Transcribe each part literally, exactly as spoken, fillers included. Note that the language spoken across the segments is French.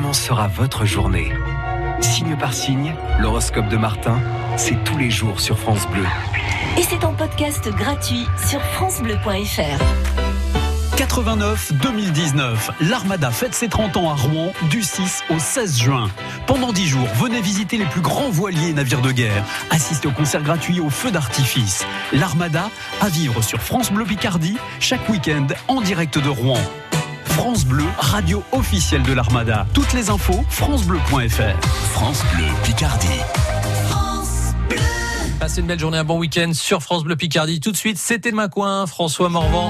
comment sera votre journée. Signe par signe, l'horoscope de Martin, c'est tous les jours sur France Bleu. Et c'est en podcast gratuit sur francebleu point f r. quatre-vingt-neuf deux mille dix-neuf, l'Armada fête ses trente ans à Rouen du six au seize juin. Pendant dix jours, venez visiter les plus grands voiliers et navires de guerre. Assistez au concert gratuit au feu d'artifice. L'Armada, à vivre sur France Bleu Picardie, chaque week-end en direct de Rouen. France Bleu, radio officielle de l'Armada. Toutes les infos, francebleu point f r. France Bleu Picardie. Passez une belle journée, un bon week-end sur France Bleu Picardie. Tout de suite, c'était de ma coin, François Morvan.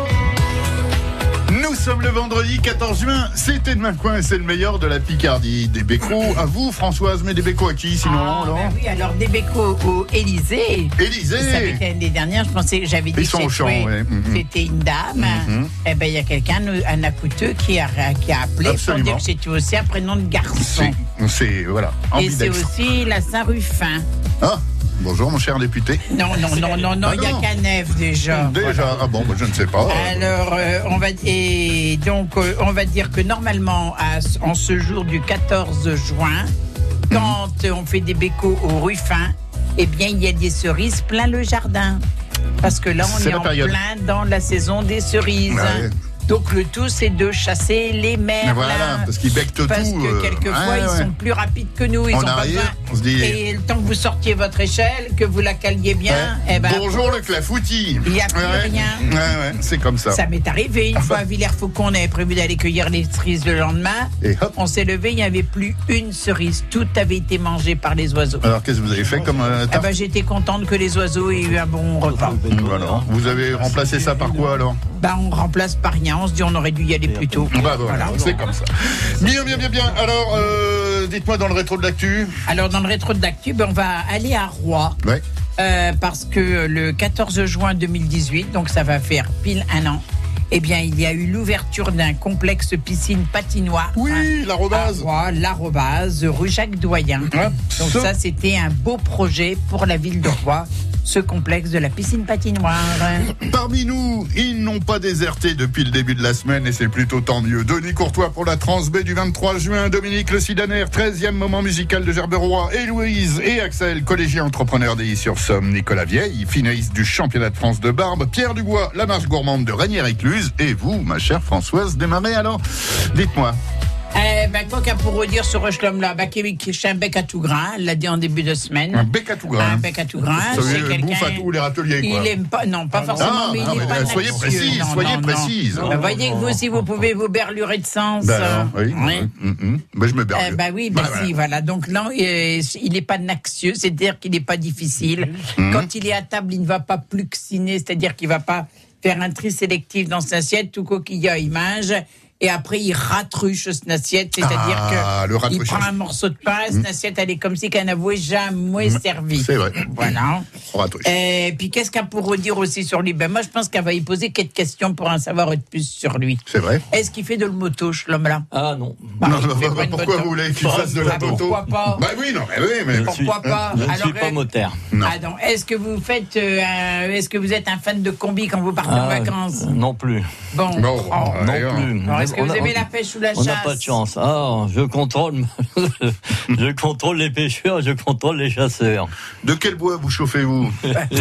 Nous sommes le vendredi quatorze juin, c'était de ma coin et c'est le meilleur de la Picardie. Des bécos à vous Françoise, mais des bécos à qui sinon ah, alors ben oui, alors des bécos au Élysée. Élysée. Ça avait été l'année dernière, je pensais, j'avais dit Ils sont au champ, ouais. mm-hmm. C'était une dame. Mm-hmm. Et ben il y a quelqu'un, un accouteux qui a, qui a appelé Absolument. pour dire que c'était aussi un prénom de garçon. C'est, c'est voilà. Et c'est aussi la Saint-Ruffin. Ah. Bonjour mon cher député. Non, non, non, non, non, il ah n'y a qu'un F déjà. Déjà, voilà. Ah bon, bah, je ne sais pas. Alors, euh, on va et donc euh, on va dire que normalement, à, en ce jour du quatorze juin, quand mmh. on fait des bécos au Ruffin, eh bien il y a des cerises plein le jardin. Parce que là, on c'est est en période. plein dans la saison des cerises. Ouais. Donc le tout, c'est de chasser les merles. Voilà, parce qu'ils becquent tout. Parce que quelquefois, euh, ouais, ils ouais. sont plus rapides que nous. Ils on ont arrive, pas on se dit... Et le temps que vous sortiez votre échelle, que vous la caliez bien... Ouais. Eh ben, bonjour le clafoutis. Il n'y a plus ouais. rien. Ouais, ouais, c'est comme ça. Ça m'est arrivé une ah, fois bah. à Villers-Faucon, on avait prévu d'aller cueillir les cerises le lendemain. Et hop. On s'est levé, il n'y avait plus une cerise. Tout avait été mangé par les oiseaux. Alors qu'est-ce que vous avez fait comme euh, ah ben, j'étais contente que les oiseaux aient eu un bon repas. Voilà. Vous avez remplacé ça par quoi alors? Bah, on remplace par rien, on se dit on aurait dû y aller plus tôt. Bah voilà, voilà. C'est comme ça. Bien, bien, bien, bien. Alors, euh, dites-moi dans le rétro de l'actu. Alors, dans le rétro de l'actu, ben, on va aller à Roy. Ouais. Euh, parce que le quatorze juin deux mille dix-huit, donc ça va faire pile un an, eh bien, il y a eu l'ouverture d'un complexe piscine patinoire. Oui, hein, l'Arrobase. À Roy, l'Arrobase, rue Jacques Doyen. Ouais, donc ça, c'était un beau projet pour la ville de Roy. Ce complexe de la piscine patinoire. Parmi nous, ils n'ont pas déserté depuis le début de la semaine et c'est plutôt tant mieux. Denis Courtois pour la Transb du vingt-trois juin, Dominique Le Sidaner, treizième moment musical de Gerberoy, et Louise et Axel, collégien entrepreneur d'Illy-sur-Somme, Nicolas Vieille, finaliste du championnat de France de barbe, Pierre Dubois, la marche gourmande de Ranière-Écluse, et vous, ma chère Françoise Desmarais, alors, dites-moi. Eh ben, quoi qu'à pour redire ce rush-l'homme là, bah, qui, qui est un bec à tout grain, elle l'a dit en début de semaine. Un bec à tout grain. Un bec à tout grain. Ça c'est quelqu'un. Bouffe à tous les râteliers, quoi. Il aime pas, non, pas ah, forcément, non, mais non, il est pas soyez précise, non, soyez non, précise. Non. Bah, voyez que vous aussi, vous pouvez vous berlurer de sens. Ben, euh, oui, oui. oui. Mm-hmm. Ben, je me berlure. Eh ben oui, ben bah, si, voilà. voilà. Donc là, euh, il n'est pas naxieux, c'est-à-dire qu'il n'est pas difficile. Mm-hmm. Quand il est à table, il ne va pas pluxiner, c'est-à-dire qu'il ne va pas faire un tri sélectif dans sa assiette, tout coquillard, il mange. Et après, il ratruche cette assiette, c'est-à-dire ah, que il prend un morceau de pain, cette mmh. assiette, elle est comme si qu'elle n'avait jamais mmh. servi. C'est vrai. Voilà. Ratruche. Et puis, qu'est-ce qu'elle pourrait dire aussi sur lui? Ben, moi, je pense qu'elle va y poser quelques questions pour en savoir de plus sur lui. C'est vrai. Est-ce qu'il fait de l'autoche, l'homme-là? Ah, non. Bah, non, bah, bah, pourquoi vous voulez qu'il fasse de la bah, moto? Pourquoi pas? Bah oui, non, mais oui, mais. Je pourquoi suis, pas? Je ne Alors, suis pas moteur. Non. Ah, non. Est-ce que vous faites, euh, est-ce que vous êtes un fan de combi quand vous partez ah, en vacances? Non plus. Bon. Non, oh, non plus. Alors, est-ce que on vous a, aimez on, la pêche ou la on chasse? On n'a pas de chance. Ah, je contrôle, je contrôle les pêcheurs, je contrôle les chasseurs. De quel bois vous chauffez-vous?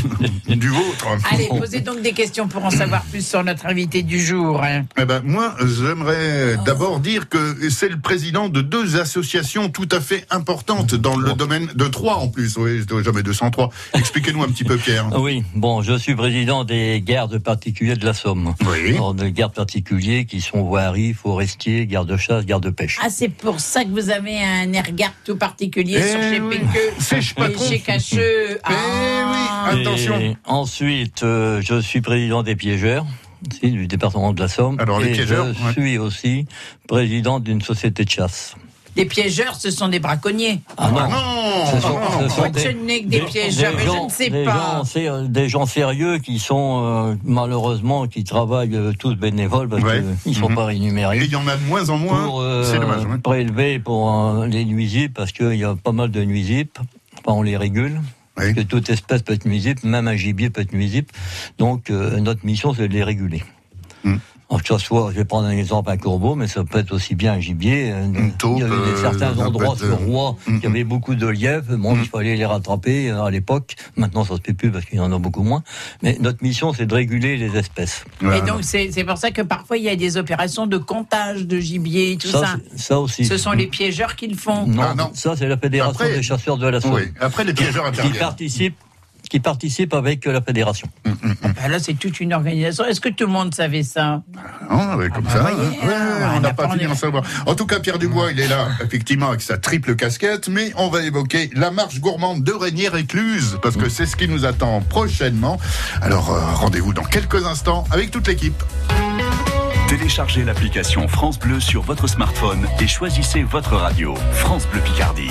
Du vôtre. Allez, posez donc des questions pour en savoir plus sur notre invité du jour. Hein. Eh ben, moi, j'aimerais d'abord dire que c'est le président de deux associations tout à fait importantes dans le domaine de trois en plus. Oui, jamais deux cent trois. Expliquez-nous un petit peu, Pierre. Oui, bon, je suis président des gardes particuliers de la Somme. Oui. Alors, des gardes particuliers qui sont voiries, forestiers, garde-chasse, garde-pêche. Ah, c'est pour ça que vous avez un air garde tout particulier eh sur chez oui. Péqueux Sèche pas trop. et chez Cacheux. Ah. Eh oui, attention. Et ensuite, euh, je suis président des piégeurs. Si, du département de la Somme. Alors, les et piégeurs, je ouais. suis aussi président d'une société de chasse. Les piégeurs, ce sont des braconniers. Ah non, ah non ce sont, ce sont des, ce n'est que des, des piégeurs, des mais gens, je ne sais des pas. Gens, des gens sérieux qui sont, euh, malheureusement, qui travaillent euh, tous bénévoles parce ouais. qu'ils ne sont mm-hmm. pas rémunérés. Et il y en a de moins en moins, pour, euh, c'est dommage. Ouais. Prélever pour euh, les nuisibles, parce qu'il y a pas mal de nuisibles. Enfin, on les régule. Parce oui. que toute espèce peut être nuisible, même un gibier peut être nuisible. Donc, euh, notre mission, c'est de les réguler. Mm. Alors, que ce soit, je vais prendre un exemple, un corbeau, mais ça peut être aussi bien un gibier. Une taupe, il y avait euh, certains endroits peut-être, sur Rouen euh, qui avaient beaucoup de lièvres. Bon, mm. il fallait les rattraper à l'époque. Maintenant, ça se fait plus parce qu'il y en a beaucoup moins. Mais notre mission, c'est de réguler les espèces. Voilà. Et donc, c'est, c'est pour ça que parfois, il y a des opérations de comptage de gibier, tout ça. Ça, ça aussi. Ce sont les piégeurs qui le font. Non, Ah, non. ça, c'est la Fédération Après- des chasseurs de la Somme. Oui, après les piégeurs Qui interviennent. participent, qui participent avec la Fédération. Ben là, c'est toute une organisation. Est-ce que tout le monde savait ça? Non, ouais, comme bah, ça. voyez, Ouais, hein, on on n'a a pas pas- fini on est- d'en savoir. En tout cas, Pierre Dubois, il est là, effectivement, avec sa triple casquette, mais on va évoquer la marche gourmande de Régnières-Écluse, parce que c'est ce qui nous attend prochainement. Alors, euh, rendez-vous dans quelques instants avec toute l'équipe. Téléchargez l'application France Bleu sur votre smartphone et choisissez votre radio. France Bleu Picardie.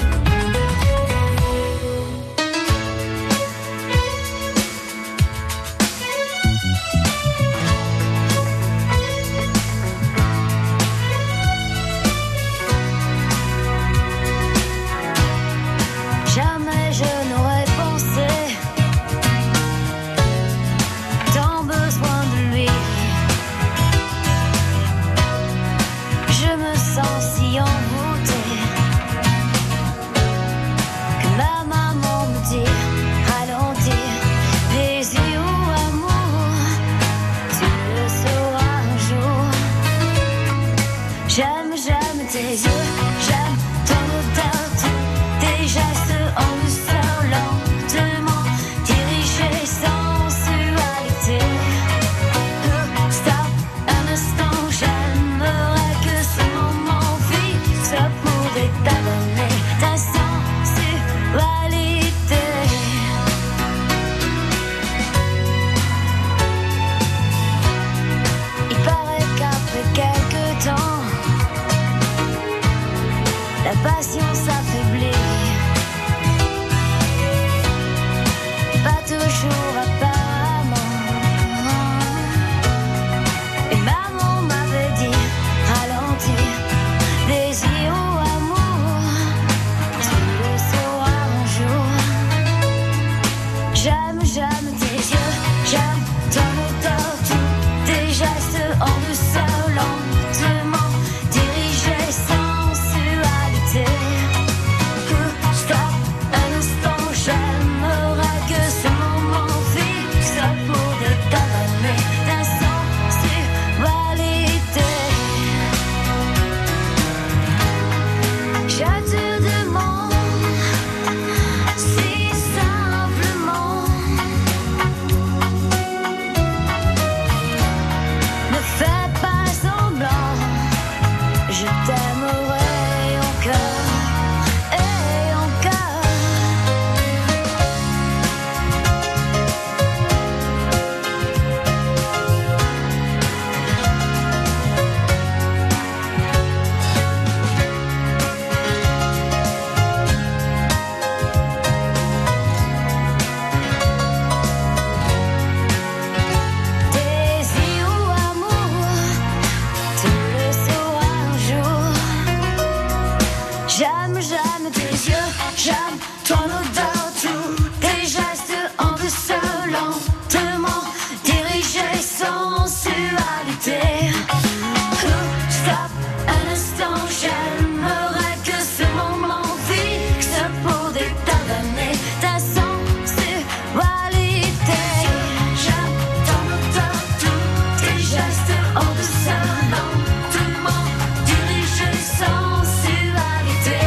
Jamais je n'aurais pensé tant besoin de lui. Je me sens si envoûtée que ma maman me dit ralentir. Désir ou amour, tu le sauras un jour. J'aime, j'aime tes yeux, j'aime ton odeur, tous tes gestes en douceur, lentement dirigés sans sensualité. Euh, Stop, un instant, j'aimerais que ce moment fixe pourrait t'abonner ta sensualité. Il paraît qu'après quelques temps, la patience affaiblit. Pas toujours apparemment. Et maman m'avait dit ralentir. Désir ou amour, tu le sauras un jour. J'aime, j'aime tes yeux, j'aime ton odeur, tous tes gestes en douceur, lentement dirigés sans sensualité. Stop, un instant, j'aimerais que ce moment fixe pourrait t'abonner ta sensualité. Je te demande si simplement, ne fais pas semblant, je t'aimerai encore et encore. Désir ou amour, tu le sauras un jour. J'aime, j'aime tes yeux, j'aime ton odeur, tous tes gestes en douceur, lentement dirigés sans sensualité. Stop, un instant, j'aimerais que ce moment fixe pourrait t'abonner ta sensualité. J'aime ton odeur, tous tes gestes en douceur, lentement dirigés sans sensualité.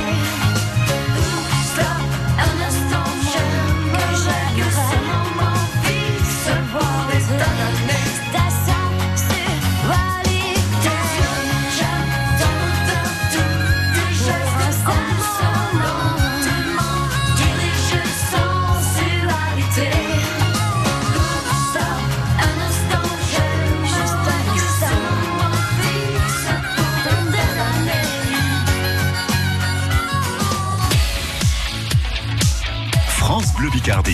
Stop, un instant, j'aimerais que ce moment fixe pourrait t'abonner ta sensualité. J'aime ton odeur, tous tes gestes en douceur, lentement dirigés sans sensualité. Stop, un instant, j'aime juste que ce moment fixe pour t'abonner. France Bleu Picardie.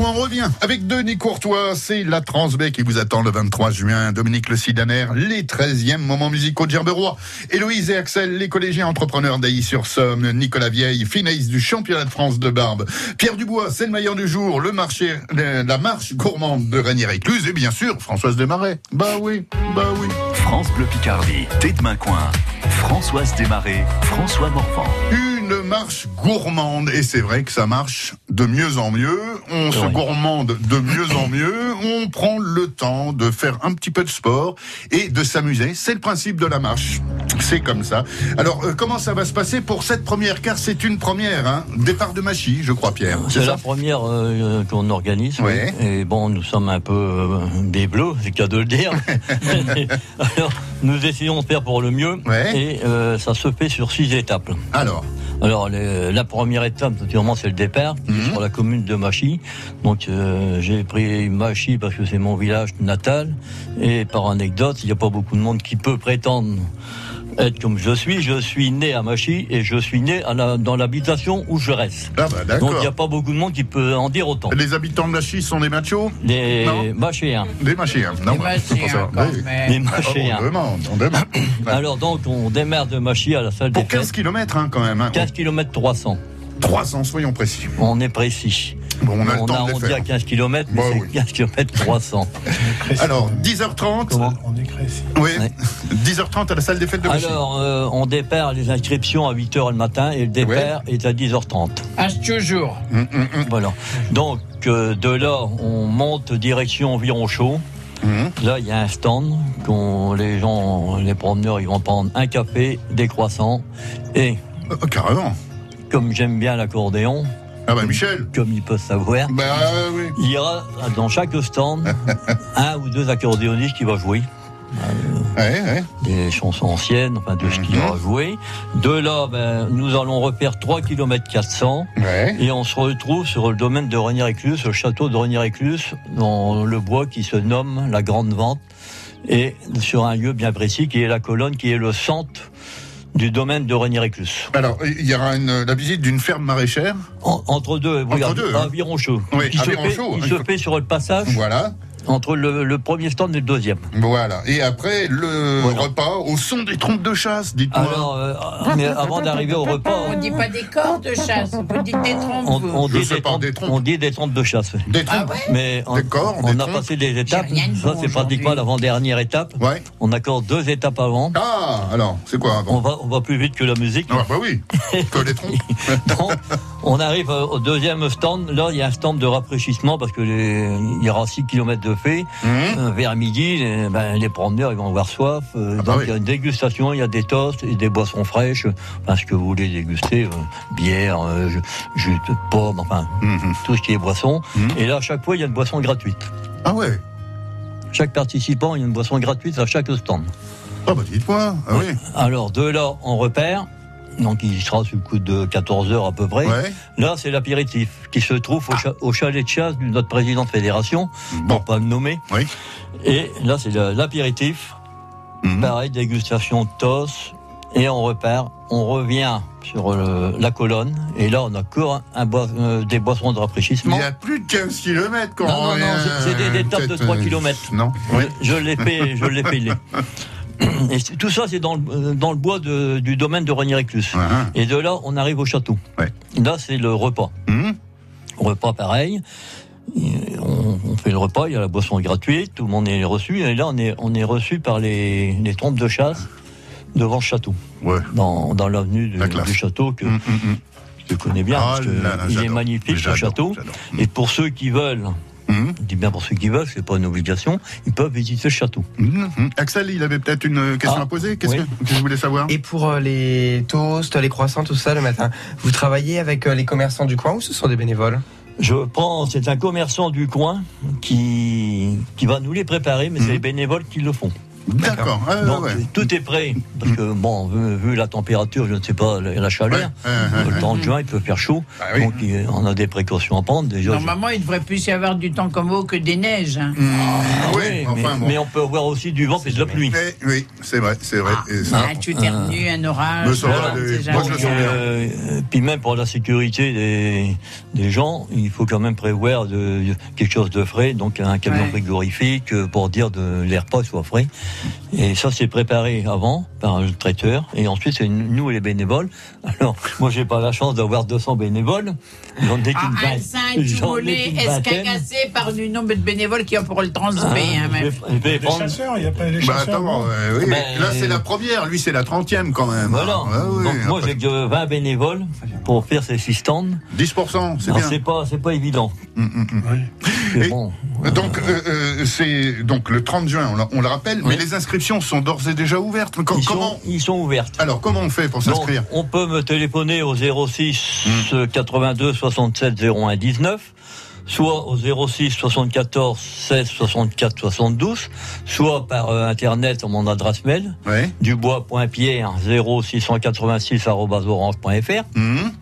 on revient avec Denis Courtois. C'est la Transbé qui vous attend le vingt-trois juin. Dominique Le Sidaner, les treizièmes moments musicaux de Gerberoy. Héloïse et Axel, les collégiens entrepreneurs d'Ailly-sur-Somme. Nicolas Vieille, finaliste du championnat de France de barbe. Pierre Dubois, c'est le meilleur du jour. Le marché, la marche gourmande de Ranière-Écluse. Et bien sûr, Françoise Desmarais. Bah oui, bah oui. France Bleu Picardie, Thé de Maincoin, Françoise Desmarais, François Morvan. Une marche gourmande, et c'est vrai que ça marche de mieux en mieux. On se gourmande de mieux en mieux. On prend le temps de faire un petit peu de sport et de s'amuser. C'est le principe de la marche. C'est comme ça. Alors, euh, comment ça va se passer pour cette première? Car c'est une première, hein. Départ de Machy, je crois, Pierre. C'est, c'est la première euh, qu'on organise. Ouais. Oui. Et bon, nous sommes un peu euh, des bleus, c'est le cas de le dire. Alors, nous essayons de faire pour le mieux. Ouais. Et euh, ça se fait sur six étapes. Alors Alors, les, la première étape, naturellement, c'est le départ, qui mmh. est sur la commune de Machy. Donc, euh, j'ai pris Machy parce que c'est mon village natal. Et par anecdote, il n'y a pas beaucoup de monde qui peut prétendre être comme je suis. Je suis né à Machy et je suis né à la, dans l'habitation où je reste. Ah bah d'accord. Donc, il n'y a pas beaucoup de monde qui peut en dire autant. Les habitants de Machy sont des machos? Les Non. Machéens. Des machéens. Non, Les bah, c'est pour Machéens, ça. quand Oui. même. Les On Machéens. demande, on demande. Alors, donc, on démarre de Machy à la salle des Pour quinze fêtes. kilomètres, hein, quand même. Hein. quinze kilomètres trois cents. trois cents, soyons précis. On est précis. Bon, on a le on temps de les arrondit faire. à quinze kilomètres, mais Bah c'est oui. quinze kilomètres trois cents. Alors, dix heures trente. Comment On est Crécy. Oui. Ouais. dix heures trente à la salle des fêtes de Machy. Alors, euh, on départ les inscriptions à huit heures le matin et le départ est à dix heures trente. Ah, toujours. Hum, hum, hum. Voilà. Donc, euh, de là, on monte direction Environ Chaud. Hum. Là, il y a un stand qu'on les gens, les promeneurs, ils vont prendre un café, des croissants et, Euh, carrément. comme j'aime bien l'accordéon, Ah bah Michel. comme ils peuvent savoir, Bah oui. il y aura dans chaque stand un ou deux accordéonistes qui vont jouer. Ouais, ouais. Des chansons anciennes, enfin de ce qu'il Mhm. aura joué. De là, ben, nous allons refaire trois kilomètres quatre cents Ouais. et on se retrouve sur le domaine de Ranière-Écluse, le château de Ranière-Écluse, dans le bois qui se nomme la Grande Vente, et sur un lieu bien précis qui est la colonne, qui est le centre du domaine de Ranière-Écluse. Alors, il y aura une, la visite d'une ferme maraîchère. En- entre deux, regarde, deux, hein. à Vironchaud. Oui, qui à se Vironchaud, fait, il hein. se fait sur le passage Voilà. entre le, le premier stand et le deuxième. Voilà. Et après, le Voilà. repas au son des trompes de chasse, dites-moi. Alors, euh, mais avant d'arriver au repas, On dit pas des corps de chasse, vous dites des trompes. on, vous. on Je dit sais des pas, trompes, des trompes. on dit des trompes de chasse. Des Ah trompes. ouais. Mais on, Des corps, on des a trompes. passé des étapes. rien de Ça, bon c'est pratiquement aujourd'hui. l'avant-dernière étape. Ouais. On a encore deux étapes avant. Ah, alors, c'est quoi avant? On va, on va plus vite que la musique. Ah bah oui, que les trompes. Donc, on arrive au deuxième stand. Là, il y a un stand de rafraîchissement parce que les, il y aura six kilomètres de fait. Mmh. Euh, vers midi, les, ben, les promeneurs ils vont avoir soif. Euh, Ah bah donc oui. il y a une dégustation, il y a des toasts et des boissons fraîches. Enfin, ce que vous voulez déguster, euh, bière, euh, jus, jus de pomme, enfin Mhm. tout ce qui est boisson. Mhm. Et là, à chaque fois, il y a une boisson gratuite. Ah ouais. Chaque participant, il y a une boisson gratuite à chaque stand. Ah bah dites-moi. Ah oui. Alors de là, on repère. Donc il sera sur le coup de quatorze heures à peu près. Ouais. Là, c'est l'apéritif qui se trouve au, cha- au chalet de chasse de notre président de fédération, Bon. pour pas le nommer. Oui. Et là, c'est le- l'apéritif. Mhm. Pareil, dégustation de toast. Et on repart. On revient sur le- la colonne. Et là, on a encore un boi- euh, des boissons de Il rafraîchissement. y a plus de quinze kilomètres quand Non, non, non, c'est- c'est des- des étapes de peut-être, trois euh, kilomètres. Non. Oui. Je l'ai payé, je l'ai payé. Et c'est- tout ça, c'est dans le, euh, dans le bois de- du domaine de Ranière-Écluse. Ouais. Et de là, on arrive au château. Ouais. Là, c'est le repas. Mhm. Repas pareil. Et On, on fait le repas, il y a la boisson gratuite, tout le monde est reçu. Et là, on est, on est reçu par les, les trompes de chasse devant le château, Ouais. dans, dans l'avenue du, La classe. du château que Mhm, mhm. je connais bien, Ah parce que là là, il est j'adore. magnifique ce J'adore, château. j'adore. Et pour ceux qui veulent, Mhm. je dis bien pour ceux qui veulent, c'est pas une obligation, ils peuvent visiter le château. Mhm, mhm. Axel, il avait peut-être une question Ah, à poser. Qu'est-ce oui. que, que je voulais savoir? Et pour euh, les toasts, les croissants, tout ça le matin, vous travaillez avec euh, les commerçants du coin ou ce sont des bénévoles? Je pense c'est un commerçant du coin qui, qui va nous les préparer, mais Mhm. c'est les bénévoles qui le font. D'accord. Ah, Donc ouais. tout est prêt. Parce que, bon, vu, vu la température, je ne sais pas, la, la chaleur, Ouais, ouais, ouais, le trente juin, il peut faire chaud. Bah oui. Donc il- on a des précautions à prendre. Déjà, Normalement, il devrait plus y avoir du temps comme eau que des neiges. Hein. Mmh, je- oui, Oui, enfin, mais, bon. mais on peut avoir aussi du vent et de la pluie. Eh, oui, c'est vrai, c'est vrai. Ah, Et ça, un tuternu, un orage. Mais ça va voilà, aller. on sait Moi, jamais. je le sens bien. Euh, puis même pour la sécurité des, des gens, il faut quand même prévoir de, quelque chose de frais, donc un camion Ouais. frigorifique euh, pour dire de l'air pas soit frais. Et ça, c'est préparé avant par le traiteur. Et ensuite, c'est nous les bénévoles. Alors, moi, j'ai pas la chance d'avoir deux cents bénévoles. J'en ai Ah, qu'une un vingt- sein j'en ai moulé, qu'une vingtaine. escagassé par du nombre de bénévoles qui ont pour le transmet. Ah, hein, je vais- même. je vais Les prendre- chasseurs, il n'y a pas les Bah chasseurs. attends, non euh, oui, Ben, là c'est la première, lui c'est la trentième quand même. Voilà. Ouais, oui, Donc moi, après, j'ai que vingt bénévoles pour faire ces six stands. dix pour cent, c'est Alors, bien. c'est pas, c'est pas évident. Hum, hum, hum. Mais Et- bon. Donc euh, euh, c'est donc le trente juin, on, la- on le rappelle, mais Oui. les inscriptions sont d'ores et déjà ouvertes. Mais co- Ils comment sont, ils sont ouvertes. Alors comment on fait pour Donc, s'inscrire? on peut me téléphoner au zéro six quatre-vingt-deux soixante-sept zéro un dix-neuf, soit au zéro six soixante-quatorze seize soixante-quatre soixante-douze, soit par euh, internet à mon adresse mail Ouais. dubois.pierre zéro six cent quatre-vingt-six arobase orange point fr. Hum.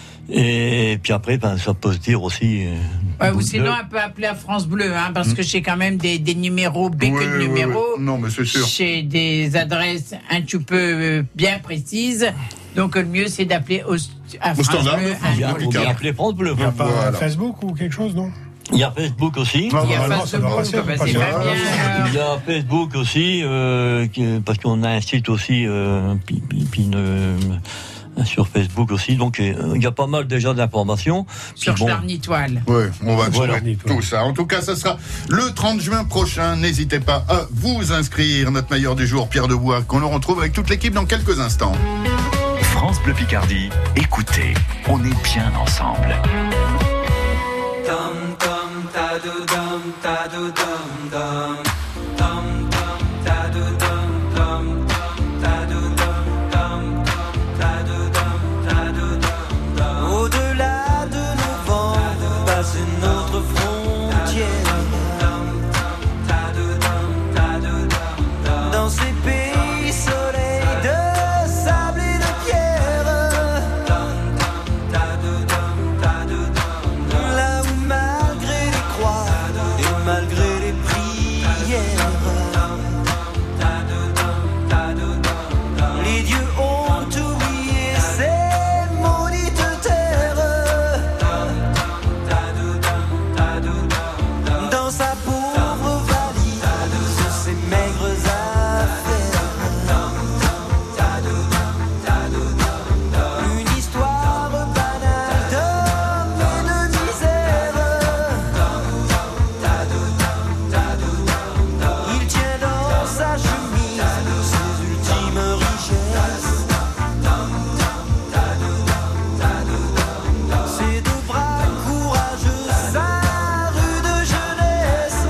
Et puis après, ben, ça peut se dire aussi. euh, Ouais, ou de- sinon, on peut appeler à France Bleu, hein, parce que j'ai quand même des, des numéros, B Ouais, que ouais, de ouais. numéros. Non, mais c'est sûr. Chez des adresses un petit peu euh, bien précises. Donc, le mieux, c'est d'appeler au, à Au France standard Bleu. de France un Il y a- Bleu. il y a appelé France Bleu. Il n'y a pas Voilà. Facebook ou quelque chose, non Il y a Facebook aussi. Ah, Il y a Normalement, face ça de doit boue, passer, bah, ça c'est passe. pas bien. Il y a Facebook aussi, euh, qui- parce qu'on a un site aussi, euh, puis, puis- puis une, euh, sur Facebook aussi. Donc euh, il y a pas mal déjà d'informations. Sur Puis bon, Charnitoile. Oui, on va Voilà. trouver tout ça. En tout cas, ça sera le trente juin prochain. N'hésitez pas à vous inscrire. Notre meilleur du jour, Pierre Debois, qu'on le retrouve avec toute l'équipe dans quelques instants. France Bleu Picardie, écoutez, on est bien ensemble. Dum dum da do dum da do dum dum dum dum da do dum dum dum da do dum dum dum da do dum da do dum dum. Au-delà de nos vents passe une autre frontière. Da do dum da do dum dum. Dans ces pays soleils de sable et de pierre. Dum dum da do dum da do dum. Là où malgré les croix et malgré les prières, les dieux ont oublié ces maudites terres. Dans sa pauvre valise, ses maigres affaires. Une histoire banale d'hommes et de misère. Il tient dans sa chemise ses ultimes richesses. Ses deux bras courageux, sa rude jeunesse.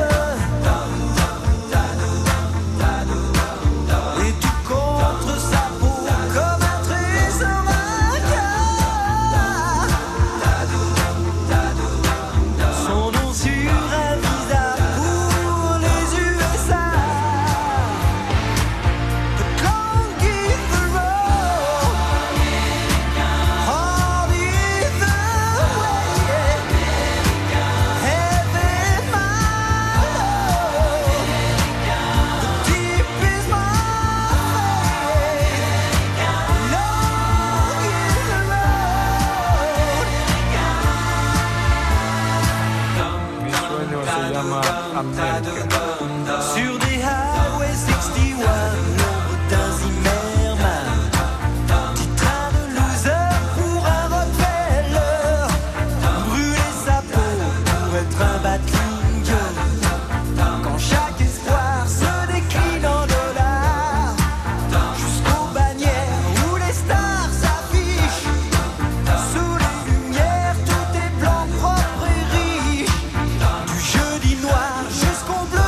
Et tout contre sa peau comme un trésor incarne. Son nom sur un visa pour les U S A. But long is the road, hard is the way. Heaven my Lord, but deep is my faith. Long is the road. Sur des highways soixante et un, l'ombre d'un Zimmerman. Petit train de loser pour un Rockefeller. Brûler sa peau pour être un Batling. Quand chaque espoir se décline en dollars. Jusqu'aux bannières où les stars s'affichent. Sous les lumières, tout est blanc, propre et riche. Du jeudi noir jusqu'au bleu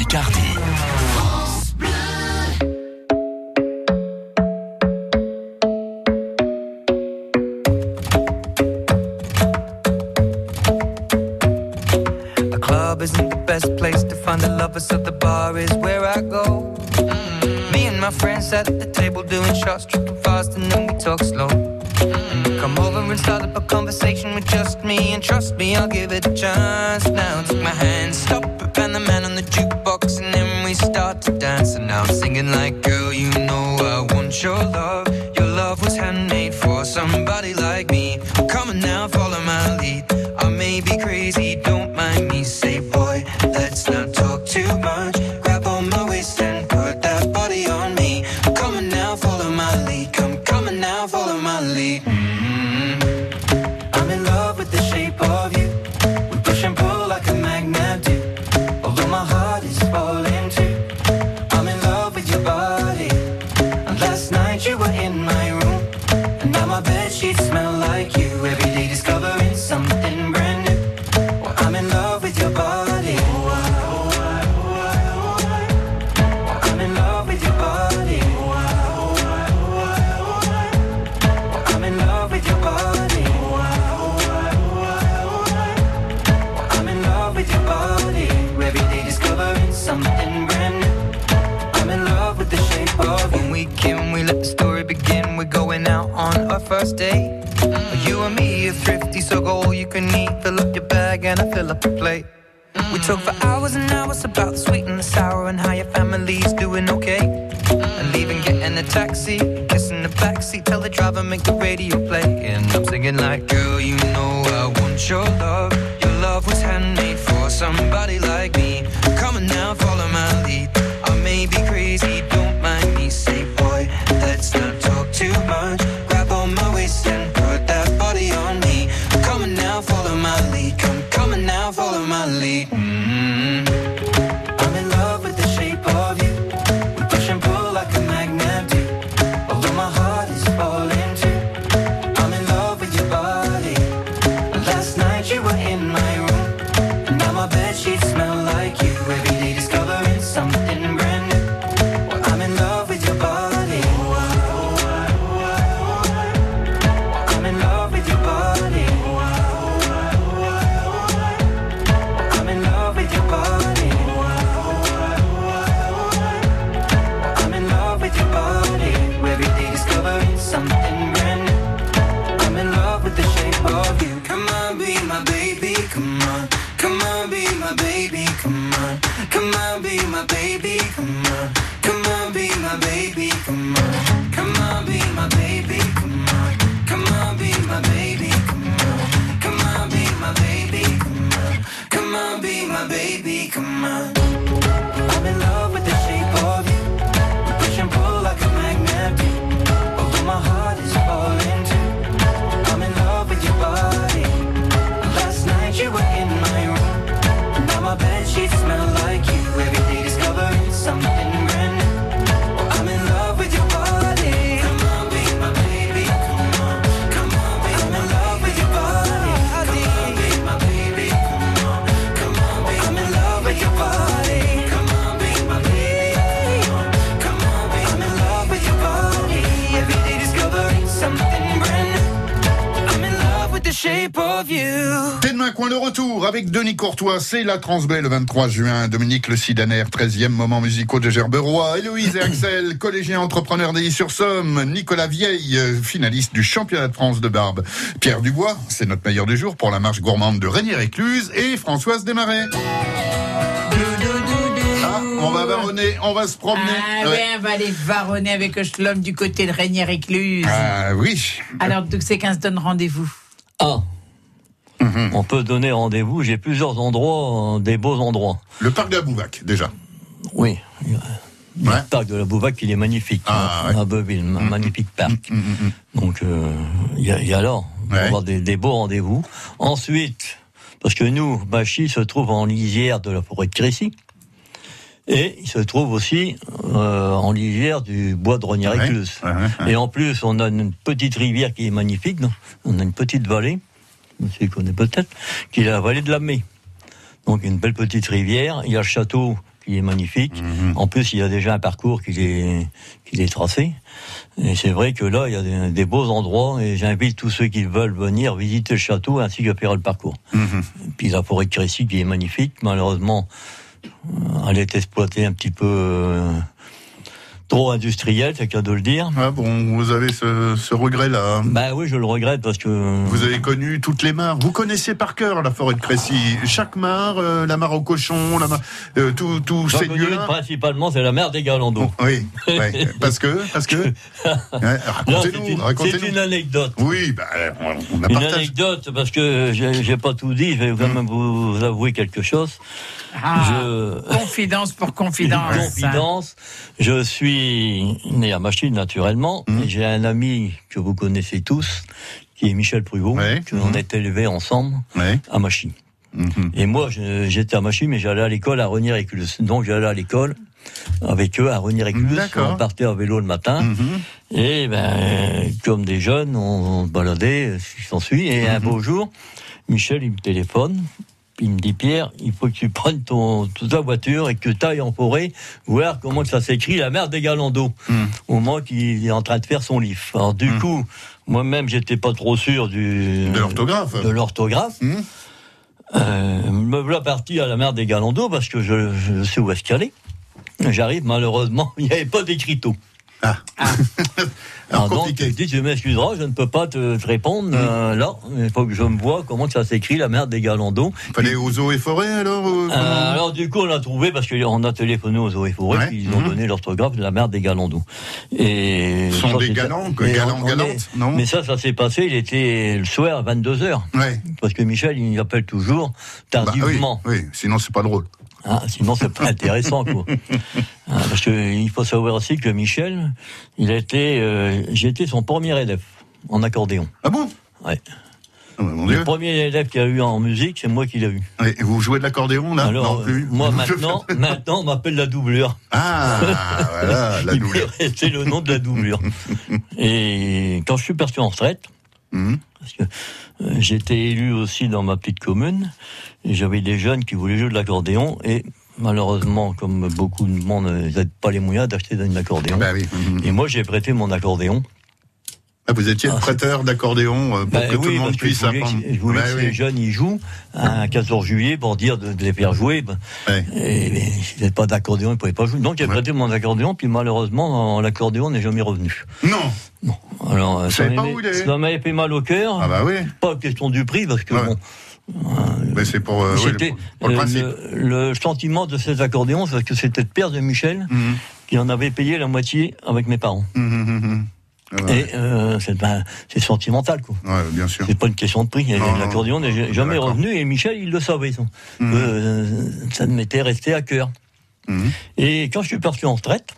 Picardie. The club isn't the best place to find the lovers, so the bar is where I go. Mm. Me and my friends at the table doing shots, tripping fast, and then we talk slow. Mm. Come over and start up a conversation with just me, and trust me, I'll give it a chance. Now take my hand, stop it, and the man on the jukebox, and then we start to dance. And now I'm singing like, girl, you know I want your love. Your love was handmade for somebody like me. Come on now, follow my lead. I may be crazy, don't mind me. Say, boy, let's not talk too much. Grab on my waist and put that body on me. Come on now, follow my lead. Come, come on now, follow my lead. Mm-hmm. I'm in love with the shape of you. We push and pull like a magnet do. Although my heart is falling too. I'm in love with your body. And last night you were in my room. And now my bedsheets smell like you. Every day discovering something brand new. Well, I'm in love with your body. Oh, I, oh, I, oh, I, oh, I. Well, I'm in love with your body. Oh, I, oh, I, oh, I, oh, I. Well, I'm in love with your body. Oh, I, oh, I, oh, I, oh, I. Well, I'm in love with your body. Every day discovering something brand new. I'm in love with the shape of you. When we can, we let the story begin. We're going out on our first date. You and me are thrifty, so go all you can eat. Fill up your bag and I fill up the plate. We talk for hours and hours about the sweet and the sour and how your family's doing okay. And leaving, getting a taxi, kissing the backseat, tell the driver make the radio play. And I'm singing like, girl, you know I want your love. Your love was handmade for somebody like me. Come on now, follow my lead. I may be crazy, don't mind me. Say, boy, let's not talk too much. Grab on my waist and put that body on me. Come on now, follow my lead. Come, come on now, follow my lead. Mm-hmm. I'm in love with the shape of you. We push and pull like a magnet do. Although my heart is falling too. I'm in love with your body. Last night you were in my room. And now my bedsheets smell like you. Every day discovering something brand new. Well, I'm in love with your body. Oh, I, oh, I, oh, I, oh, I. I'm in love with your body. Oh, I, oh, I, oh, I, oh, I. I'm in love with your body. Oh, I, oh, I, oh, I, oh, I. I'm in love with your body. Every day discovering something brand new. I'm in love with the shape of you. Come on, be my baby, come on. Come on, be my baby, come on. Come on, be my baby, come on. Come on, be my baby, come on. Come on, be my baby, come on. Come on, be my baby, come on. Come on, be my baby, come on. Come on, be my baby, come on. I'm in love with the shape of you. We push and pull like a magnet do. Although my heart is falling too. I'm in love with your body. Last night you were in my room. Now my bedsheets smell like you. Every day discovering something brand new. Well, I'm in love with your body. Come on, be my baby. Come on, come on, be I'm in love with your body. Come on, be my baby. Come on, come on, be I'm in love with your body. Come on, be my baby. Come on, come on, be I'm in love with your body. Every day discovering something brand new. I'm in love with the shape of you. T'es demain coin le retour avec Denis Courtois, c'est la Transbay le vingt-trois juin. Dominique Le Sidaner, treizième moment musicaux de Gerberoy. Héloïse et Axel, collégiens entrepreneurs d'Illy-sur-Somme. Nicolas Vieille, finaliste du championnat de France de barbe. Pierre Dubois, c'est notre meilleur du jour pour la marche gourmande de Régnières-Écluse. Et Françoise Desmarais. Ah, on va varonner, on va se promener. Ah ouais, ouais, on va aller varonner avec Ochlum du côté de Régnières-Écluse. Ah oui. Alors, donc c'est qu'on se donne rendez-vous. Ah, Mm-hmm. on peut donner rendez-vous. J'ai plusieurs endroits, euh, des beaux endroits. Le parc de la Bouvac, déjà. Oui. Il y a, il y a Ouais. le parc de la Bouvac, il est magnifique. Ah, hein, ouais. à Beuville, un Mm-hmm. magnifique parc. Mm-hmm. Donc, euh, il y a, il y a là, on va Ouais. avoir des, des beaux rendez-vous. Ensuite, parce que nous, Machy se trouve en lisière de la forêt de Crécy. Et il se trouve aussi euh, en lisière du bois de Régnières-Écluse. Ouais, ouais, ouais. Et en plus, on a une petite rivière qui est magnifique. Non, on a une petite vallée, monsieur connaît peut-être, qui est la vallée de la Mai. Donc une belle petite rivière. Il y a le château qui est magnifique. Mhm. En plus, il y a déjà un parcours qui est, qui est tracé. Et c'est vrai que là, il y a des, des beaux endroits et j'invite tous ceux qui veulent venir visiter le château ainsi que faire le parcours. Mhm. Puis la forêt de Crécy qui est magnifique. Malheureusement, elle est exploitée un petit peu euh, trop industrielle, c'est le cas de le dire. Ah bon, vous avez ce, ce regret-là. Hein. Ben oui, je le regrette parce que... Vous avez connu toutes les mares. Vous connaissez par cœur la forêt de Crécy. Chaque mare, euh, la mare au cochon, la mare, euh, tous tous J'en ces connais une, lieux-là. principalement, c'est la mare des Galandos. Oui, ouais, parce que, parce que. Ouais, Non, c'est racontez-nous, une, racontez-nous. c'est une anecdote. Oui, bah, on, on a Une partagé. anecdote, parce que j'ai, j'ai pas tout dit, je vais quand Mm. même vous, vous avouer quelque chose. Ah, Je... confidence pour confidence. Une confidence. Je suis né à Machine, naturellement, Mm. et j'ai un ami que vous connaissez tous, qui est Michel Pruvot, Ouais. que l'on Mm. est élevés ensemble Ouais. à Machine. Mhm. Et moi, je- j'étais à Machine, mais j'allais à l'école à Renier-Éculus. Donc j'allais à l'école avec eux à Renier-Éculus. D'accord. On partait à vélo le matin. Mhm. Et ben, comme des jeunes, on, on se baladait, ce qui s'ensuit. Et un beau jour, Michel, il me téléphone. Puis il me dit, Pierre, il faut que tu prennes ton, toute ta voiture et que tu ailles en forêt voir comment ça s'écrit, la mare des Galandos. Mm. Au moment qu'il est en train de faire son livre. Alors du Mm. coup, moi-même, j'étais pas trop sûr du... De l'orthographe. De l'orthographe. Mm. Euh, me voilà parti à la mer des Galandos parce que je, je sais où est-ce qu'elle est. J'arrive, malheureusement, il n'y avait pas d'écriteau. Ah. Alors, Alors donc, compliqué. je dis, tu m'excuseras, je ne peux pas te, te répondre. Euh, là, il faut que je me vois comment ça s'écrit, la mer des Galandos. Fallait aux eaux et forêts, alors euh, Euh, alors du coup, on a trouvé, parce qu'on a téléphoné aux eaux et forêts, Ouais. puis ils ont Mhm. donné l'orthographe de la mer des Galandos. Et Ce sont ça, des c'est- galants, que mais galants, on- on galantes, est- non Mais ça, ça s'est passé, il était le soir à vingt-deux heures. Ouais. Parce que Michel, il appelle toujours Bah, oui, tardivement. oui, sinon c'est pas drôle. Ah, sinon, c'est pas intéressant, quoi. Ah, parce que il faut savoir aussi que Michel, il a été, euh, j'ai été son premier élève en accordéon. Ah bon? Ouais. Ah, bah, mon Le Dieu. premier élève qu'il y a eu en musique, c'est moi qui l'ai eu. Ouais, et vous jouez de l'accordéon, là? Alors, Non plus. euh, moi maintenant, maintenant, on m'appelle la doublure. Ah, voilà, la Il m'est douleur. resté le nom de la doublure. Et quand je suis parti en retraite, Mhm. parce que euh, j'étais élu aussi dans ma petite commune, et j'avais des jeunes qui voulaient jouer de l'accordéon, et malheureusement, comme beaucoup de monde, ils n'avaient pas les moyens d'acheter un accordéon. Bah oui. Mhm. Et moi, j'ai prêté mon accordéon. Ah, vous étiez le Ah, prêteur d'accordéon euh, pour Ben que tout oui, le monde parce que puisse je voulais, apprendre. que- je voulais Bah que oui. ces jeunes y jouent un quatorze juillet pour dire de, de les faire jouer. Ben, Ouais. Et, mais s'ils n'avaient pas d'accordéon, ils ne pouvaient pas jouer. Donc j'ai Ouais. prêté mon accordéon, puis malheureusement, l'accordéon n'est jamais revenu. Non. Alors, Vous ça savez pas m'avait- où il est ça m'avait fait mal au cœur. Ah bah oui. Pas question du prix, parce que Ouais. bon, Mais c'est pour, euh, oui, c'était le, pour le euh, principe. le, le sentiment de ces accordéons, parce que c'était le père de Michel Mhm. qui en avait payé la moitié avec mes parents. Mhm, mhm, mhm. Ah ouais. Et euh, c'est ben, c'est sentimental, quoi. Ouais, bien sûr. C'est pas une question de prix. Non, non. L'accordéon n'est jamais D'accord. revenu, et Michel, il le savait. Ça, Mhm. Euh, ça m'était resté à cœur. Mhm. Et quand je suis parti en retraite,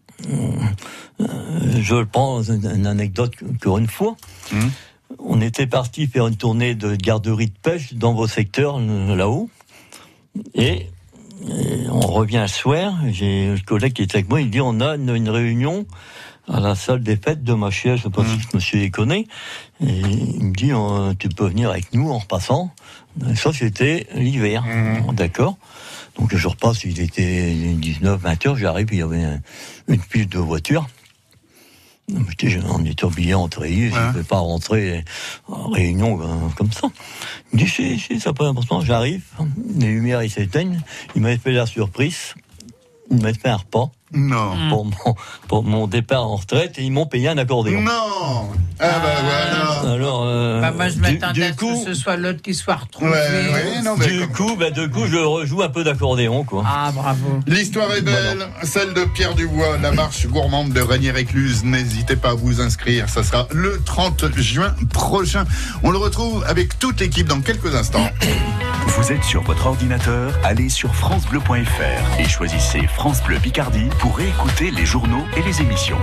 euh, je prends une, une anecdote encore une fois. Mhm. On était parti faire une tournée de garderie de pêche dans vos secteurs euh, là-haut. Et, et on revient le soir. J'ai un collègue qui était avec moi. Il dit, on a une, une réunion à la salle des fêtes de Machia. Je ne sais pas Mhm. si monsieur les connaît. Et il me dit, euh, tu peux venir avec nous en repassant. Et ça, c'était l'hiver. Mhm. D'accord. Donc je repasse, il était dix-neuf vingt heures, j'arrive, il y avait un- une pile de voitures. J'étais- On était obligé d'entrer, je Ouais. ne pouvais pas rentrer en réunion euh, comme ça. Il me dit, si, si, ça peut être important, j'arrive, les lumières ils s'éteignent, il m'avait fait la surprise, il m'avait fait un repas Non. pour, mon, pour mon départ en retraite, et ils m'ont payé un accordéon. Non. Ah bah voilà. Alors, euh, Bah, moi, je du- m'attendais du à ce coup, que ce soit l'autre qui soit retrouvé. Ouais, ouais, non, mais du comme- coup, bah, du coup, je rejoue un peu d'accordéon, quoi. Ah, bravo. L'histoire est belle, celle de Pierre Dubois, la marche gourmande de Ranière-Écluse. N'hésitez pas à vous inscrire, ça sera le trente juin prochain. On le retrouve avec toute l'équipe dans quelques instants. Vous êtes sur votre ordinateur, allez sur francebleu point fr et choisissez France Bleu Picardie pour réécouter les journaux et les émissions.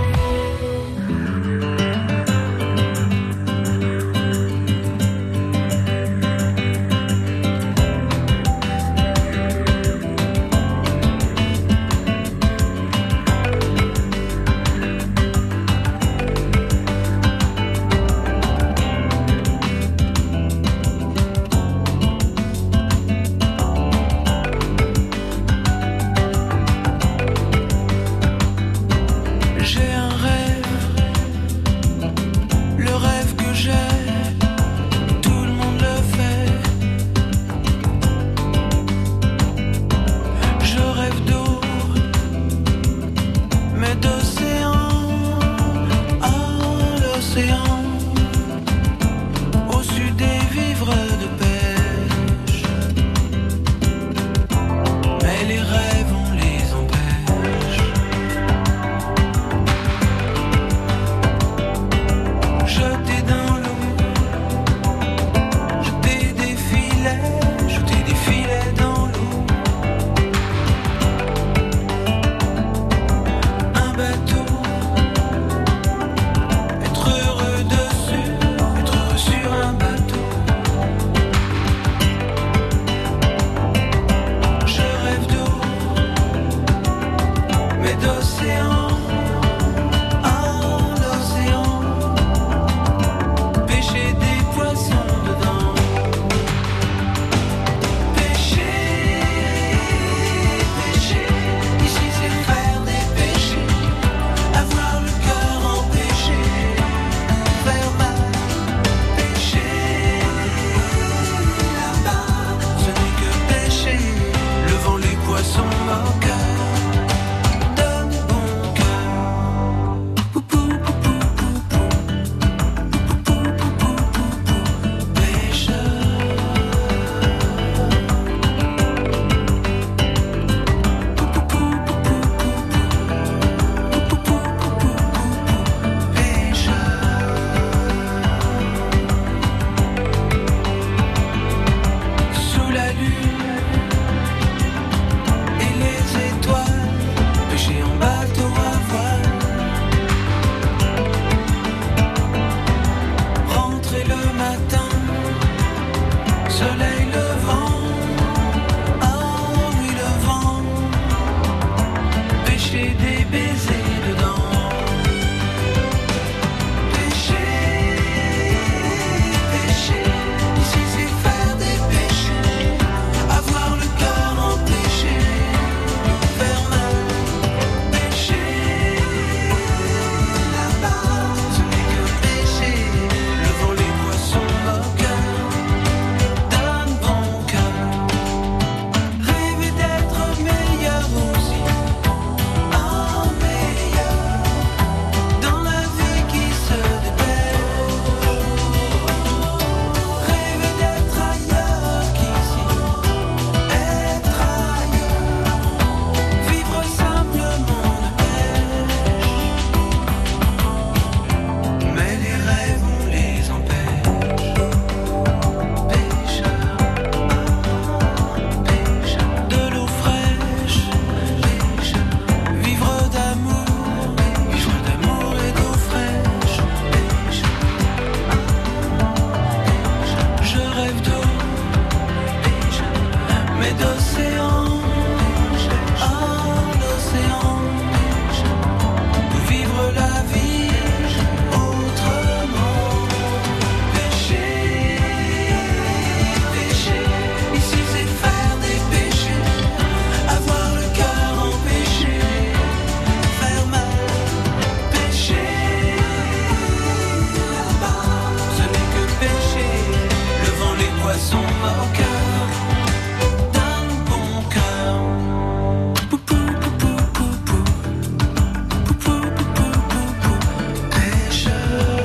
donne-moi au cœur, donne ton cœur. Poupou, poupou, poupou, poupou, poupou, poupou, pêcheur.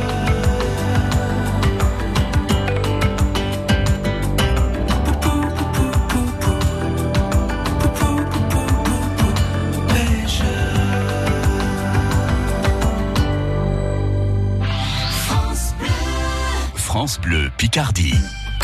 Poupou, poupou, poupou, poupou, poupou, poupou, pêcheur. France Bleu. France Bleu Picardie.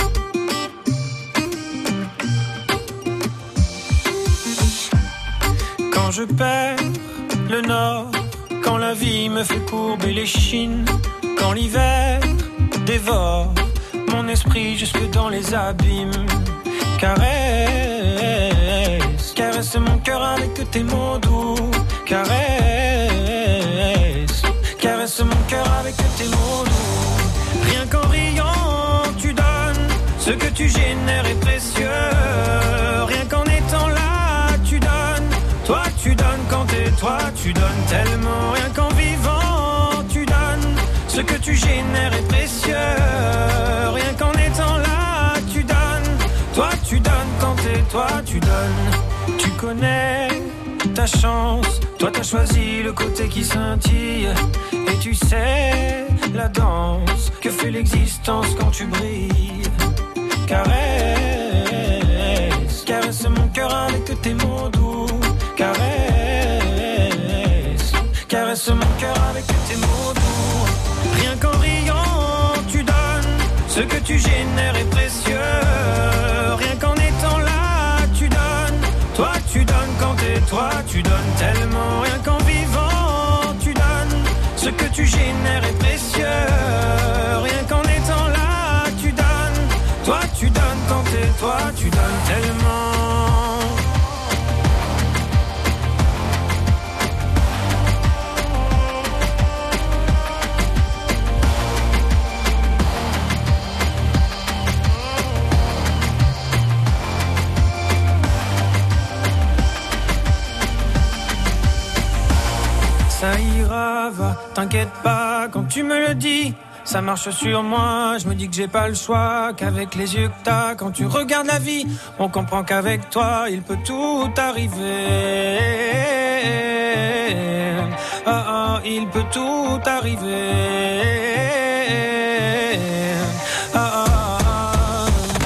Quand je perds le nord, quand la vie me fait courber les chines, quand l'hiver dévore mon esprit jusque dans les abîmes, caresse, caresse mon cœur avec tes mots doux, caresse, caresse mon cœur avec tes mots doux. Rien qu'en riant tu donnes, ce que tu génères est précieux. Rien qu'en étant là tu donnes, toi tu donnes quand t'es toi, tu donnes tellement. Rien qu'en vivant tu donnes, ce que tu génères est précieux. Rien qu'en étant là tu donnes, toi tu donnes quand t'es toi, tu donnes. Tu connais ta chance, toi t'as choisi le côté qui scintille. Et tu sais la danse que fait l'existence quand tu brilles. Caresse, caresse mon cœur avec tes mots doux. Caresse, caresse mon cœur avec tes mots doux. Rien qu'en riant tu donnes, ce que tu génères est précieux. Rien qu'en étant là tu donnes, toi tu donnes quand t'es toi, tu donnes tellement. Rien qu'en vivant tu donnes, ce que tu génères est précieux. Rien qu'en étant là tu donnes, toi tu donnes quand t'es toi, tu donnes tellement. Ça ira, va, t'inquiète pas quand tu me le dis. Ça marche sur moi, je me dis que j'ai pas le choix, qu'avec les yeux que t'as, quand tu regardes la vie, on comprend qu'avec toi, il peut tout arriver. Ah ah, il peut tout arriver. Ah ah, ah.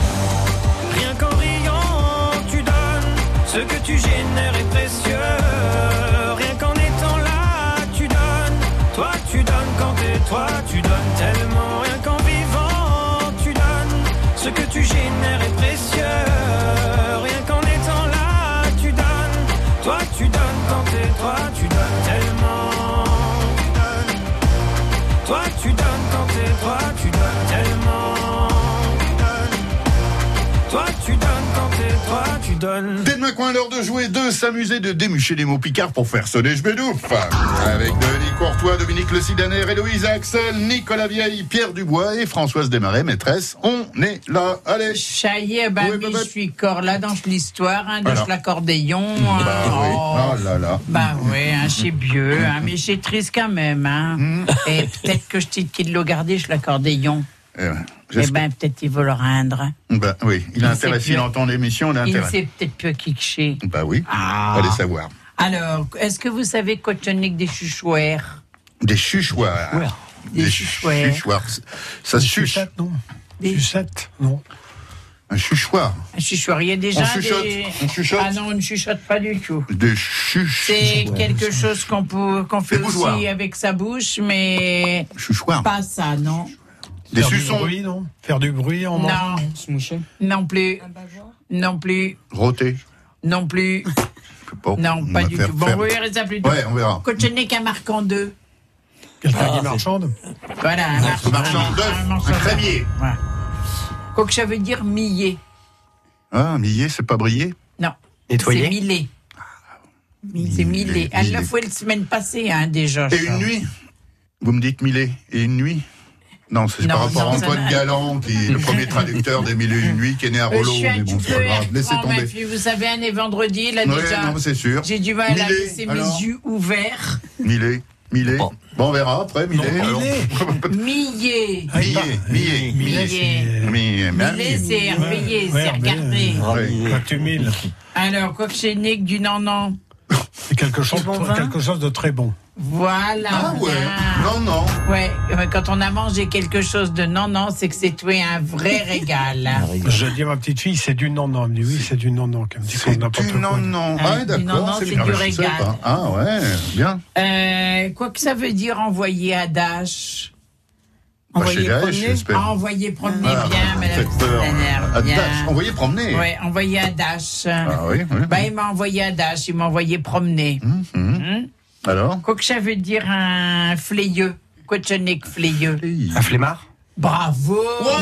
Rien qu'en riant, tu donnes, ce que tu génères est précieux. Rien qu'en étant là, tu donnes, toi tu donnes quand t'es toi, tu donnes tellement. Rien qu'en vivant, tu donnes, ce que tu génères est précieux. Rien qu'en étant là, tu donnes, toi tu donnes quand t'es toi, tu donnes tellement. Tu donnes. Toi tu donnes quand t'es toi, tu donnes tellement. Tu donnes. Toi tu donnes quand t'es toi, tu donnes. Dès demain coin, l'heure de jouer, de s'amuser, de démucher les mots picards pour faire sonner je bédouf. Avec Denis Courtois, Dominique Le Sidaner, Héloïse Axel, Nicolas Vieille, Pierre Dubois et Françoise Desmarais, maîtresse. On est là. Allez. Ça y est, ben Oui, oui, bah, bah. je suis corps là dans l'histoire, hein, dans Alors. l'accordéon. Bah hein, oui. oh. Oh là là. Bah oui, hein, c'est vieux, hein, mais c'est triste quand même. Hein. Et peut-être que je t'ai qu'il le garder, je l'accordéon. Eh ben, Eh j'espère- ben, peut-être il veut le rendre. Ben oui, il a Il intérêt, sait s'il plus. entend l'émission, il a Il intérêt. sait peut-être plus à qui que c'est. Bah oui, Ah. allez savoir. Alors, est-ce que vous savez Cochonique des chuchoirs? Des chuchoirs. Des chuchoirs. chuchoirs. Ça se chuche. non. Des- Sucette, non. Un chuchoir. Un chuchoir, il y a déjà On chuchote, des... on chuchote. Ah non, on ne chuchote pas du tout. Des chuches. C'est quelque chose qu'on peut, qu'on fait Des bougeoirs. aussi avec sa bouche, mais Chuchoir. pas ça, non. Des Faire suçons. du bruit, non. Faire du bruit en mangeant. Non, Se moucher. non plus. Non plus. Roté. Non plus. Bon, Non, on pas va du faire- tout. Bon, faire- vous verrez ça plus tard. Ouais, on verra. Cochonique un marque en deux. Quelqu'un Ah, qui marchande. Voilà, un marchand, marchand d'œufs, marchand un d'œufs. crémier. Voilà. Quoi que ça veut dire millet. Ah, millet, c'est pas briller. Non. Nettoyer. C'est millet. C'est millet. Elle l'a millet. fait la semaine passée, hein, déjà. Et ça. une nuit. Vous me dites millet. Et une nuit. Non, c'est Non, par rapport non, à ça Antoine n'a- Galland, qui est le premier traducteur des Mille et une nuits, qui est né à Euh, je Rollo. suis un Mais bon, petit c'est pas peu grave. Laissez air-franc, ma tomber. fille. Vous savez, un est vendredi, là, Ouais, déjà. non, c'est sûr. J'ai du mal à Millet, laisser alors mes yeux ouverts. Millet. Millet. Bon, Bon, on verra après, Millet. alors. Millet. Millet, Millet, Millet. Millet, Millet, c'est réveiller, c'est regarder. Quand tu miles. Alors, quoi que c'est né que du non-non. C'est quelque chose, Du bon vin quelque chose de très bon. Voilà. Ah ouais, non, non. Ouais, euh, quand on a mangé quelque chose de non-non, c'est que c'est tout un vrai régal. Je dis à ma petite fille, c'est du non-non. Elle me dit oui, c'est du non-non. Elle me dit C'est du non-non. Ah, Ah, du d'accord. non-non, c'est bien. du Je sais régal. pas. Ah ouais, bien. Euh, quoi que ça veut dire envoyer à Dash. Bah, chez Daesh, j'espère. Ah, envoyer promener Ah, bien, vous madame faites peur. Steiner, À bien. Dash, envoyer promener. Ouais, envoyer à Dash. Ah oui, oui. Bah, il m'a envoyé à Dash, il m'a envoyé promener. Hum. Alors Quoi que ça veut dire un flayeux. Quoi que ça n'est que flayeux. Un flemmard? Bravo!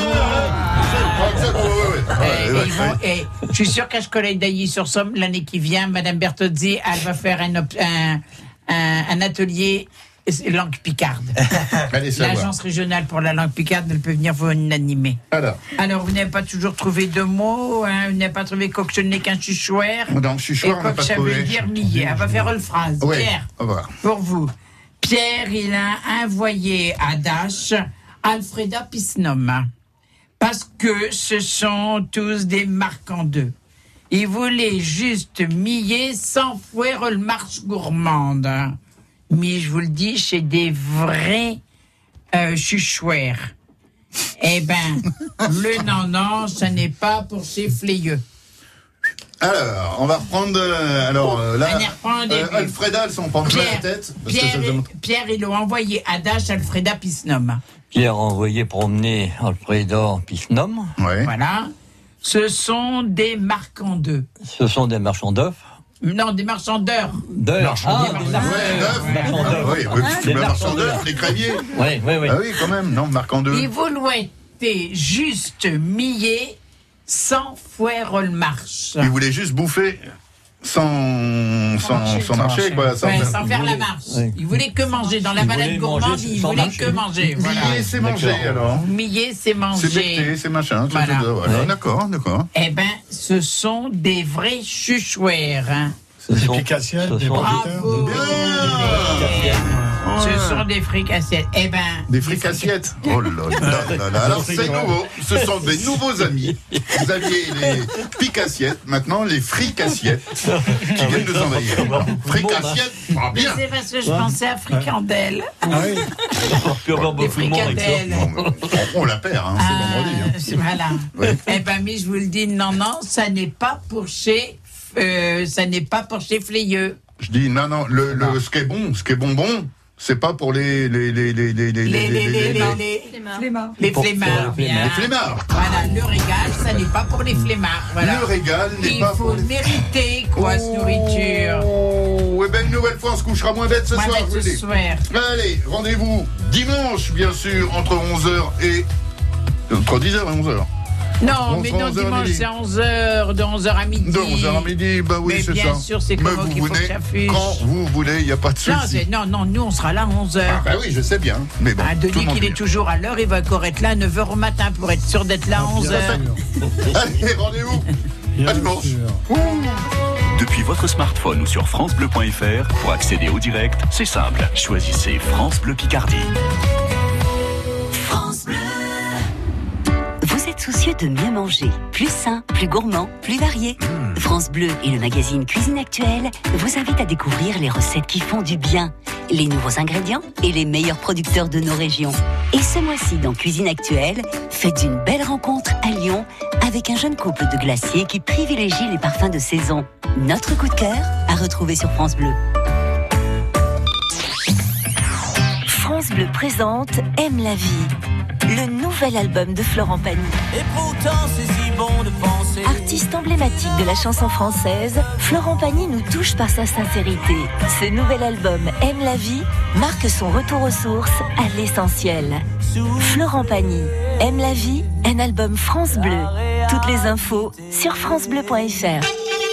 Ouais, Et ouais, ils vont- ouais. et je suis sûr qu'à Collège d'Ailly-sur-Somme, l'année qui vient, Madame Bertozzi, elle va faire un, op- un, un, un atelier langue picarde. Allez savoir. L'agence régionale pour la langue picarde, elle peut venir vous animer. Alors, Alors, vous n'avez pas toujours trouvé de mots, hein, vous n'avez pas trouvé cochonné qu'un chuchouère. donc chuchouère, Et on quoi n'a que pas ça trouvé. veut dire millet. Elle va faire une phrase. Ouais, Pierre, on va voir. pour vous. Pierre, il a envoyé à Dash Alfreda Pisnom. Parce que ce sont tous des marquandeux. Il voulait juste millet sans fouer le marche gourmande. Mais je vous le dis, chez des vrais euh, chuchouères. Eh ben, le non-non, ce n'est pas pour ces fléyeux. Alors, on va reprendre. euh, alors euh, là, On y reprend au début. euh, Alfreda, elles sont pas en plein la tête. Parce que Pierre, ça faisait longtemps. Pierre, ils l'ont envoyé à Dash Alfreda Pisnom. Pierre a envoyé promener Alfreda Pisnom. Voilà. Ce sont des marchandeux. Ce sont des marchands d'œufs. Non, des marchands d'heures. D'heures. Ah, Des des marchands Ouais, d'heures. neuf. Marchands d'œufs. Ah oui, oui, Des le marchand marchands d'œufs, d'œufs. les crémiers. Oui, oui, oui. Ah oui, quand même, non, marquant deux. Ils voulaient juste millet sans fouet le marche. Ils voulaient juste bouffer sans, sans, sans marcher, quoi. Ouais, sans faire la marche. Oui. Ils voulaient que manger. Dans la Ils balade voulaient gourmande, manger ils sans voulaient marcher. que manger. Voilà. Millet, c'est manger, D'accord. alors. Millet, c'est C'est manger. becté, c'est machin. c'est Voilà. tout ça, voilà. Ouais. D'accord, d'accord. Eh ben, ce sont des vrais chuchouères. Hein. Ce Des sont, picassiennes, ce des sont- producteurs. Bravo. Bien. Ce Ouais. sont des fricassiettes. Eh ben, Des fricassiettes. Oh là là là là. Alors c'est nouveau. Ce sont des nouveaux amis. Vous aviez les picassiettes, maintenant les fricassiettes qui viennent nous envahir. Fricassiettes, ah, mais bien. c'est parce que je pensais à fricandelle. Ah oui. Puis avoir Des beaucoup de monde avec ça. fricadelles. Bon, on, on la perd, hein, c'est vendredi. Ah, hein. c'est- voilà. Ouais. Eh ben, mais je vous le dis, non, non, ça n'est pas pour chez, euh, ça n'est pas pour chez Flayeux. Je dis non, non, le, le, ce qui est bon, ce qui est bonbon, c'est pas pour les les les les les les Les, les, les, les, les, Flemmards. les Pour- flemmards, pour les bien. les flemmards. Voilà, le régal, ça n'est pas pour les flemmards. Voilà. Le régal n'est Il pas faut pour les... mériter, quoi, cette nourriture. Oh, et ben une nouvelle fois, on se couchera moins bête ce Moi, soir. avec je vous ce le dis. soir. Allez, rendez-vous dimanche, bien sûr, entre onze heures et... Entre dix heures et onze heures. Non, On mais sera non, onze heures à dimanche, midi. c'est onze heures, de onze heures à midi. De onze heures à midi, bah oui, Mais c'est ça. bien sûr, c'est Mais comment vous qu'il faut que venez ça fiche. quand vous voulez, il n'y a pas de Non, souci. c'est- non, non, nous, on sera là à onze Ah heures. bah oui, je sais bien. Mais bon, Ah, tout le Denis, monde qu'il est vient. toujours à l'heure, il va encore être là à neuf heures au matin pour être sûr d'être là à onze heures. Allez, rendez-vous. À dimanche. Depuis votre smartphone ou sur francebleu point fr, pour accéder au direct, c'est simple. Choisissez France Bleu Picardie. France Bleu. Vous êtes soucieux de mieux manger, plus sain, plus gourmand, plus varié. France Bleu et le magazine Cuisine Actuelle vous invitent à découvrir les recettes qui font du bien, les nouveaux ingrédients et les meilleurs producteurs de nos régions. Et ce mois-ci dans Cuisine Actuelle, faites une belle rencontre à Lyon avec un jeune couple de glaciers qui privilégie les parfums de saison. Notre coup de cœur à retrouver sur France Bleu. France Bleu présente Aime la vie, le nouvel album de Florent Pagny. Et pourtant c'est si bon de penser. Artiste emblématique de la chanson française, Florent Pagny nous touche par sa sincérité. Ce nouvel album Aime la vie marque son retour aux sources, à l'essentiel. Florent Pagny, Aime la vie, un album France Bleu. Toutes les infos sur francebleu point fr.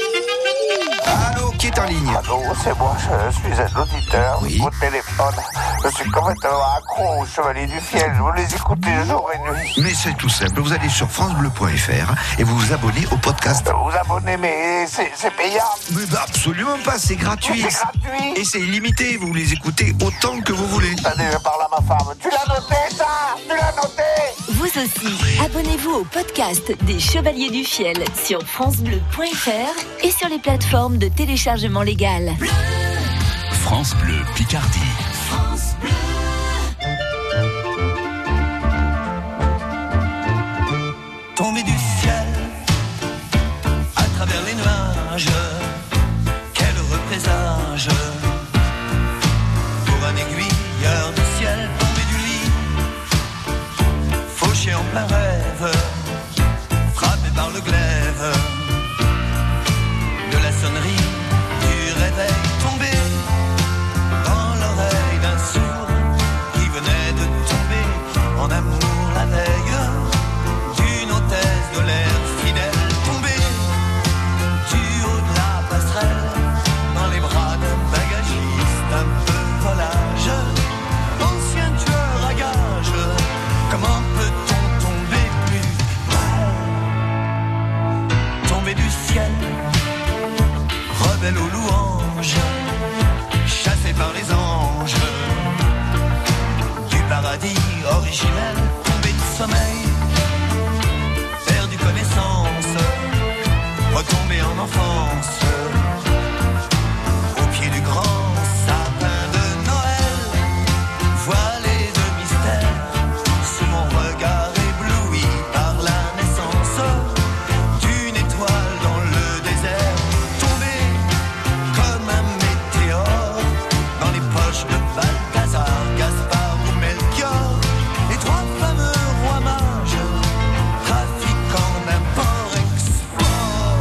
Allô, qui est en ligne? Allô, c'est moi, je suis un auditeur Oui. au téléphone. Je suis complètement accro aux Chevaliers du Fiel. Je veux les écouter jour et nuit. Mais c'est tout simple. Vous allez sur francebleu point f r et vous vous abonnez au podcast. Vous abonnez, mais c'est, c'est payant. Mais bah absolument pas, c'est gratuit. C'est gratuit. Et c'est illimité. Vous les écoutez autant que vous voulez. Attendez, je parle à ma femme. Tu l'as noté, ça? Tu l'as noté? Vous aussi, abonnez-vous au podcast des Chevaliers du Fiel sur francebleu point f r et sur les plateformes de téléchargement légal. France Bleu Picardie. France Bleu. Tombé du ciel à travers les nuages, quel heureux présage pour un aiguilleur de ciel tombé du lit, fauché en plein rêve, frappé par le glaive de la sonnerie du réveil, tombé dans l'oreille d'un sourd qui venait de tomber en amour la veille d'une hôtesse de l'air fidèle, tombée du haut de la passerelle dans les bras d'un bagagiste un peu volage, ancien tueur à gages. Comment peut-on tomber plus près? Tomber du ciel, rebelle aux louanges, chassé par les anges du paradis originel, tombé de sommeil, perdu connaissance, retombé en enfance, au pied du grand sapin de Noël, voilé de mystère, sous mon regard ébloui par la naissance d'une étoile dans le désert, tombé comme un météore dans les poches de Balthazar, Gaspard ou Melchior, les trois fameux rois mages, trafiquant d'import-export,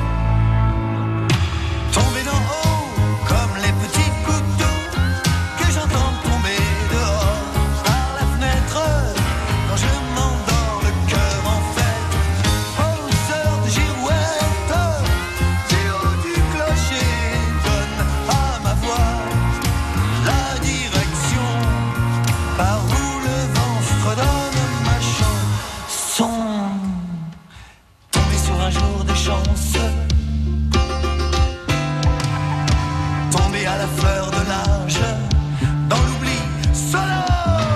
tombé d'en haut comme les petits gouttes d'eau que j'entends tomber dehors par la fenêtre quand je m'endors le cœur en fête, aux heures de girouette, du haut du clocher donne à ma voix la direction par où le vent fredonne ma chanson, tombé sur un jour de chance, tombé à la fleur de l'âge, dans l'oubli sonore.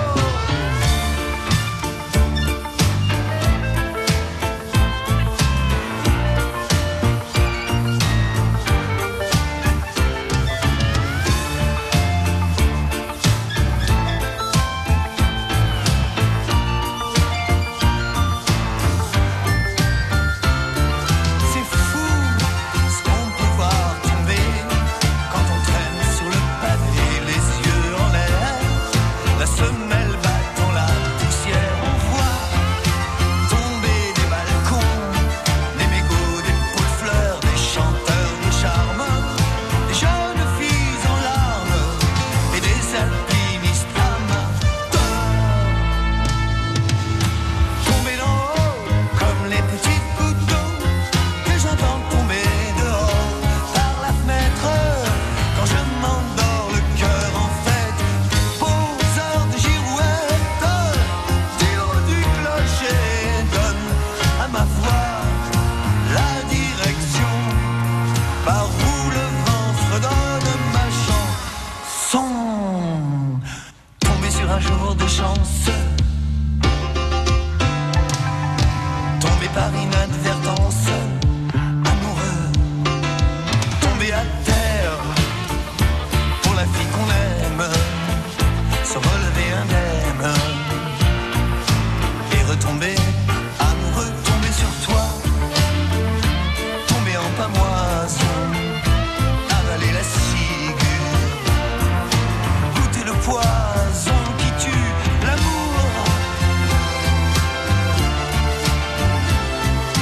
C'est fou ce qu'on peut voir tomber quand on traîne sur le pavé, les yeux en l'air, la semelle battant la poussière. On voit tomber des balcons, des mégots, des pots de fleurs, des chanteurs de charme, des jeunes filles en larmes et des alpinistes amateurs, tombés d'en haut comme les petites gouttes d'eau que j'entends tomber dehors par la fenêtre quand je m'endors le cœur en fête, aux heures de girouette, du haut du clocher donne à ma voix la direction par où le vent fredonne ma chanson, tombé sur un jour de chance, tombé par inadvertance, amoureux, tombé à terre pour la fille qu'on aime, se relever indemne et retomber amoureux, tomber sur toi, tomber en pamoison, avaler la ciguë, goûter le poison qui tue l'amour,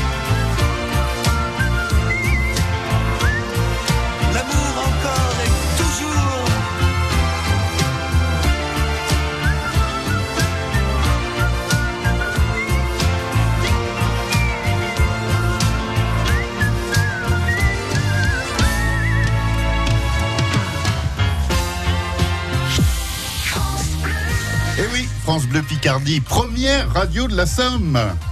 France Bleu Picardie, première radio de la Somme.